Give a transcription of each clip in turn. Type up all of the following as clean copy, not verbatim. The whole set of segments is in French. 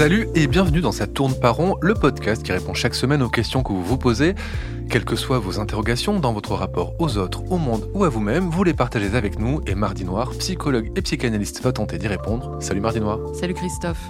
Salut et bienvenue dans Ça tourne pas rond, le podcast qui répond chaque semaine aux questions que vous vous posez. Quelles que soient vos interrogations dans votre rapport aux autres, au monde ou à vous-même, vous les partagez avec nous et Mardi Noir, psychologue et psychanalyste, va tenter d'y répondre. Salut Mardi Noir. Salut Christophe.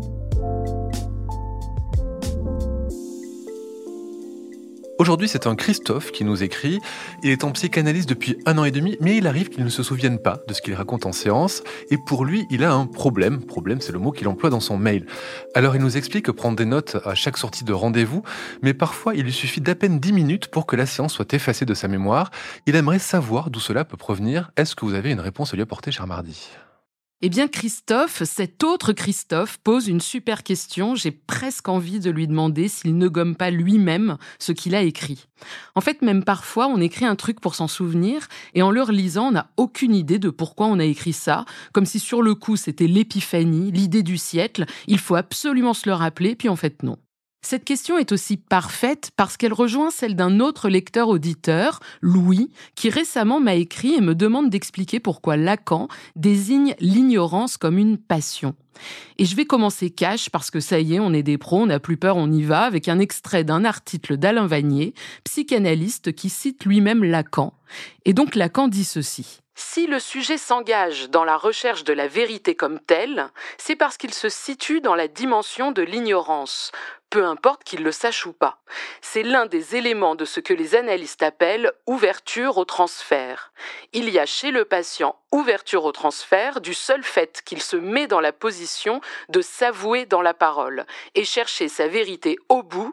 Aujourd'hui, c'est un Christophe qui nous écrit. Il est en psychanalyse depuis 1 an et demi, mais il arrive qu'il ne se souvienne pas de ce qu'il raconte en séance. Et pour lui, il a un problème. Problème, c'est le mot qu'il emploie dans son mail. Alors, il nous explique prendre des notes à chaque sortie de rendez-vous, mais parfois, il lui suffit d'à peine 10 minutes pour que la séance soit effacée de sa mémoire. Il aimerait savoir d'où cela peut provenir. Est-ce que vous avez une réponse à lui apporter, cher Mardi ? Eh bien Christophe, cet autre Christophe, pose une super question. J'ai presque envie de lui demander s'il ne gomme pas lui-même ce qu'il a écrit. En fait, même parfois, on écrit un truc pour s'en souvenir et en le relisant, on n'a aucune idée de pourquoi on a écrit ça, comme si sur le coup, c'était l'épiphanie, l'idée du siècle. Il faut absolument se le rappeler, puis en fait, non. Cette question est aussi parfaite parce qu'elle rejoint celle d'un autre lecteur-auditeur, Louis, qui récemment m'a écrit et me demande d'expliquer pourquoi Lacan désigne l'ignorance comme une passion. Et je vais commencer cash parce que ça y est, on est des pros, on n'a plus peur, on y va, avec un extrait d'un article d'Alain Vanier, psychanalyste qui cite lui-même Lacan. Et donc Lacan dit ceci. Si le sujet s'engage dans la recherche de la vérité comme telle, c'est parce qu'il se situe dans la dimension de l'ignorance, peu importe qu'il le sache ou pas. C'est l'un des éléments de ce que les analystes appellent ouverture au transfert. Il y a chez le patient ouverture au transfert du seul fait qu'il se met dans la position de s'avouer dans la parole et chercher sa vérité au bout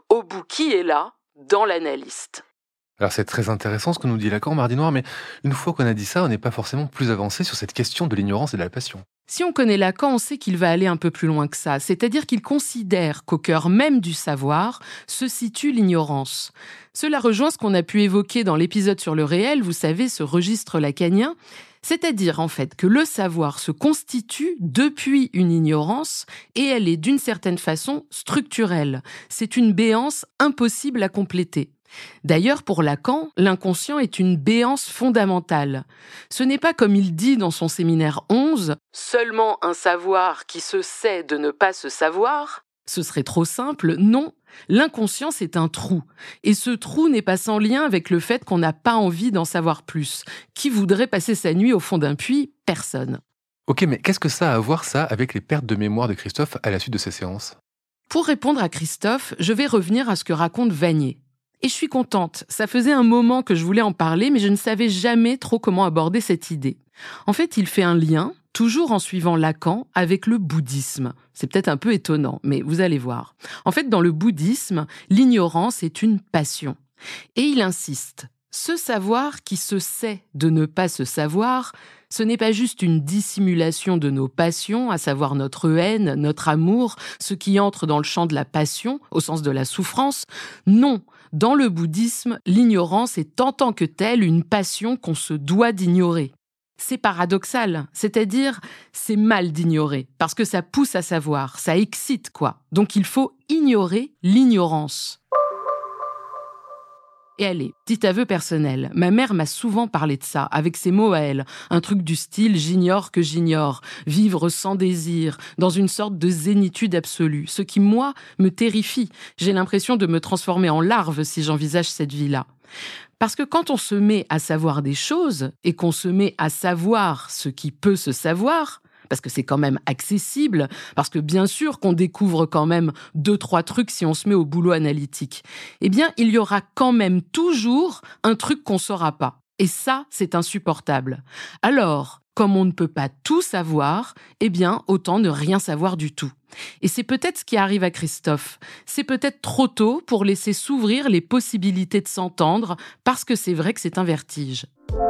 qui est là, dans l'analyste. Alors c'est très intéressant ce que nous dit Lacan, Mardi Noir, mais une fois qu'on a dit ça, on n'est pas forcément plus avancé sur cette question de l'ignorance et de la passion. Si on connaît Lacan, on sait qu'il va aller un peu plus loin que ça, c'est-à-dire qu'il considère qu'au cœur même du savoir se situe l'ignorance. Cela rejoint ce qu'on a pu évoquer dans l'épisode sur le réel, vous savez, ce registre lacanien, c'est-à-dire en fait que le savoir se constitue depuis une ignorance et elle est d'une certaine façon structurelle. C'est une béance impossible à compléter. D'ailleurs, pour Lacan, l'inconscient est une béance fondamentale. Ce n'est pas comme il dit dans son séminaire 11, « seulement un savoir qui se sait de ne pas se savoir », ce serait trop simple, non. L'inconscient, c'est un trou. Et ce trou n'est pas sans lien avec le fait qu'on n'a pas envie d'en savoir plus. Qui voudrait passer sa nuit au fond d'un puits ? Personne. Ok, mais qu'est-ce que ça a à voir ça avec les pertes de mémoire de Christophe à la suite de ces séances ? Pour répondre à Christophe, je vais revenir à ce que raconte Vanier. Et je suis contente, ça faisait un moment que je voulais en parler, mais je ne savais jamais trop comment aborder cette idée. En fait, il fait un lien, toujours en suivant Lacan, avec le bouddhisme. C'est peut-être un peu étonnant, mais vous allez voir. En fait, dans le bouddhisme, l'ignorance est une passion. Et il insiste, ce savoir qui se sait de ne pas se savoir, ce n'est pas juste une dissimulation de nos passions, à savoir notre haine, notre amour, ce qui entre dans le champ de la passion, au sens de la souffrance. Non, dans le bouddhisme, l'ignorance est en tant que telle une passion qu'on se doit d'ignorer. C'est paradoxal, c'est-à-dire c'est mal d'ignorer, parce que ça pousse à savoir, ça excite quoi. Donc il faut ignorer l'ignorance. Et allez, petit aveu personnel, ma mère m'a souvent parlé de ça, avec ses mots à elle. Un truc du style « j'ignore que j'ignore », vivre sans désir, dans une sorte de zénitude absolue. Ce qui, moi, me terrifie. J'ai l'impression de me transformer en larve si j'envisage cette vie-là. Parce que quand on se met à savoir des choses, et qu'on se met à savoir ce qui peut se savoir, parce que c'est quand même accessible, parce que bien sûr qu'on découvre quand même 2-3 trucs si on se met au boulot analytique, eh bien, il y aura quand même toujours un truc qu'on saura pas. Et ça, c'est insupportable. Alors, comme on ne peut pas tout savoir, eh bien, autant ne rien savoir du tout. Et c'est peut-être ce qui arrive à Christophe. C'est peut-être trop tôt pour laisser s'ouvrir les possibilités de s'entendre, parce que c'est vrai que c'est un vertige.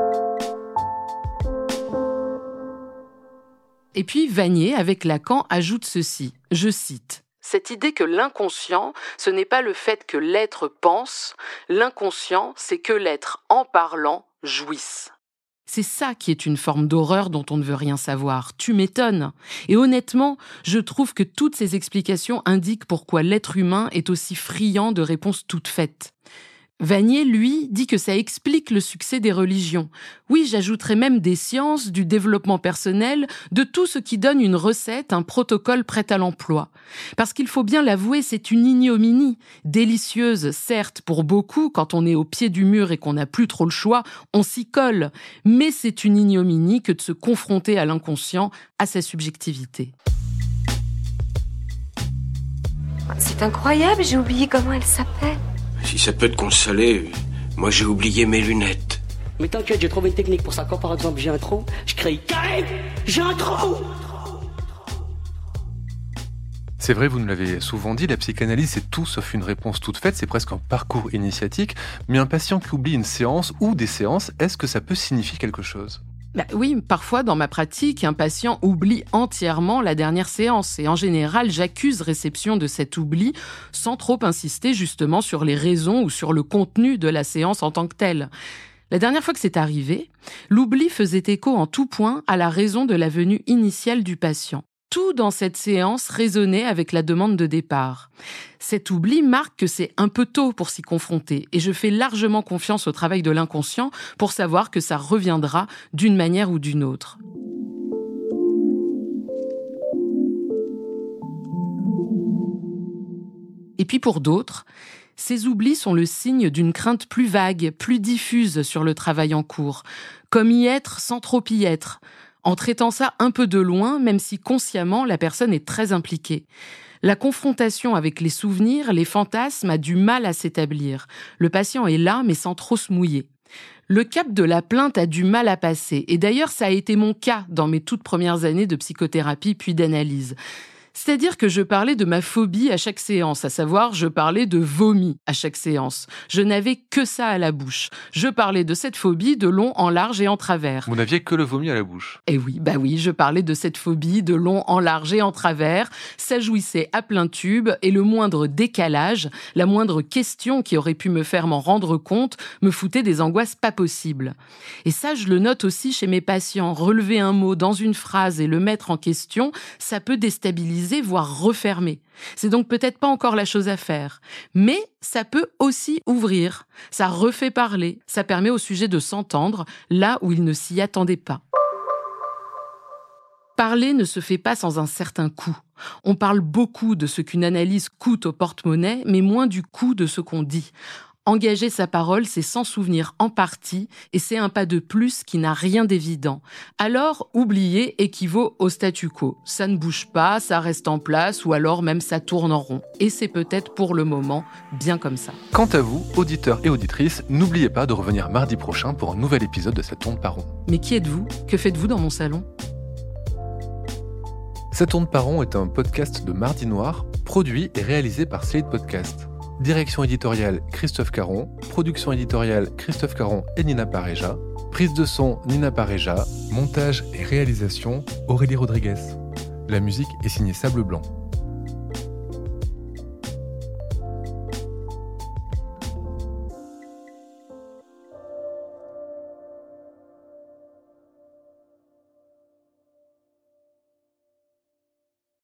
Et puis Vanier, avec Lacan, ajoute ceci, je cite, « Cette idée que l'inconscient, ce n'est pas le fait que l'être pense, l'inconscient, c'est que l'être, en parlant, jouisse. » C'est ça qui est une forme d'horreur dont on ne veut rien savoir. Tu m'étonnes. Et honnêtement, je trouve que toutes ces explications indiquent pourquoi l'être humain est aussi friand de réponses toutes faites. Vanier, lui, dit que ça explique le succès des religions. Oui, j'ajouterais même des sciences, du développement personnel, de tout ce qui donne une recette, un protocole prêt à l'emploi. Parce qu'il faut bien l'avouer, c'est une ignominie. Délicieuse, certes, pour beaucoup, quand on est au pied du mur et qu'on n'a plus trop le choix, on s'y colle. Mais c'est une ignominie que de se confronter à l'inconscient, à sa subjectivité. C'est incroyable, j'ai oublié comment elle s'appelle. Si ça peut te consoler, moi j'ai oublié mes lunettes. Mais t'inquiète, j'ai trouvé une technique pour ça. Quand par exemple j'ai un trou, je crie « Karim, j'ai un trou !» C'est vrai, vous nous l'avez souvent dit, la psychanalyse c'est tout sauf une réponse toute faite, c'est presque un parcours initiatique. Mais un patient qui oublie une séance ou des séances, est-ce que ça peut signifier quelque chose ? Oui, parfois dans ma pratique, un patient oublie entièrement la dernière séance et en général, j'accuse réception de cet oubli sans trop insister justement sur les raisons ou sur le contenu de la séance en tant que telle. La dernière fois que c'est arrivé, l'oubli faisait écho en tout point à la raison de la venue initiale du patient. Tout dans cette séance résonnait avec la demande de départ. Cet oubli marque que c'est un peu tôt pour s'y confronter et je fais largement confiance au travail de l'inconscient pour savoir que ça reviendra d'une manière ou d'une autre. Et puis pour d'autres, ces oublis sont le signe d'une crainte plus vague, plus diffuse sur le travail en cours, comme y être sans trop y être, en traitant ça un peu de loin, même si consciemment la personne est très impliquée. La confrontation avec les souvenirs, les fantasmes a du mal à s'établir. Le patient est là, mais sans trop se mouiller. Le cap de la plainte a du mal à passer. Et d'ailleurs, ça a été mon cas dans mes toutes premières années de psychothérapie puis d'analyse. C'est-à-dire que je parlais de ma phobie à chaque séance, à savoir je parlais de vomi à chaque séance. Je n'avais que ça à la bouche. Je parlais de cette phobie de long en large et en travers. Vous n'aviez que le vomi à la bouche. Eh oui, je parlais de cette phobie de long en large et en travers. Ça jouissait à plein tube et le moindre décalage, la moindre question qui aurait pu me faire m'en rendre compte, me foutait des angoisses pas possibles. Et ça, je le note aussi chez mes patients. Relever un mot dans une phrase et le mettre en question, ça peut déstabiliser, voire refermer. C'est donc peut-être pas encore la chose à faire. Mais ça peut aussi ouvrir. Ça refait parler. Ça permet au sujet de s'entendre là où il ne s'y attendait pas. Parler ne se fait pas sans un certain coût. On parle beaucoup de ce qu'une analyse coûte au porte-monnaie, mais moins du coût de ce qu'on dit. Engager sa parole, c'est s'en souvenir en partie, et c'est un pas de plus qui n'a rien d'évident. Alors, oublier équivaut au statu quo. Ça ne bouge pas, ça reste en place, ou alors même ça tourne en rond. Et c'est peut-être pour le moment bien comme ça. Quant à vous, auditeurs et auditrices, n'oubliez pas de revenir mardi prochain pour un nouvel épisode de Ça tourne pas rond. Mais qui êtes-vous ? Que faites-vous dans mon salon ? Ça tourne pas rond est un podcast de Mardi Noir, produit et réalisé par Slate Podcast. Direction éditoriale Christophe Caron, production éditoriale Christophe Caron et Nina Pareja, prise de son Nina Pareja, montage et réalisation Aurélie Rodriguez. La musique est signée Sable Blanc.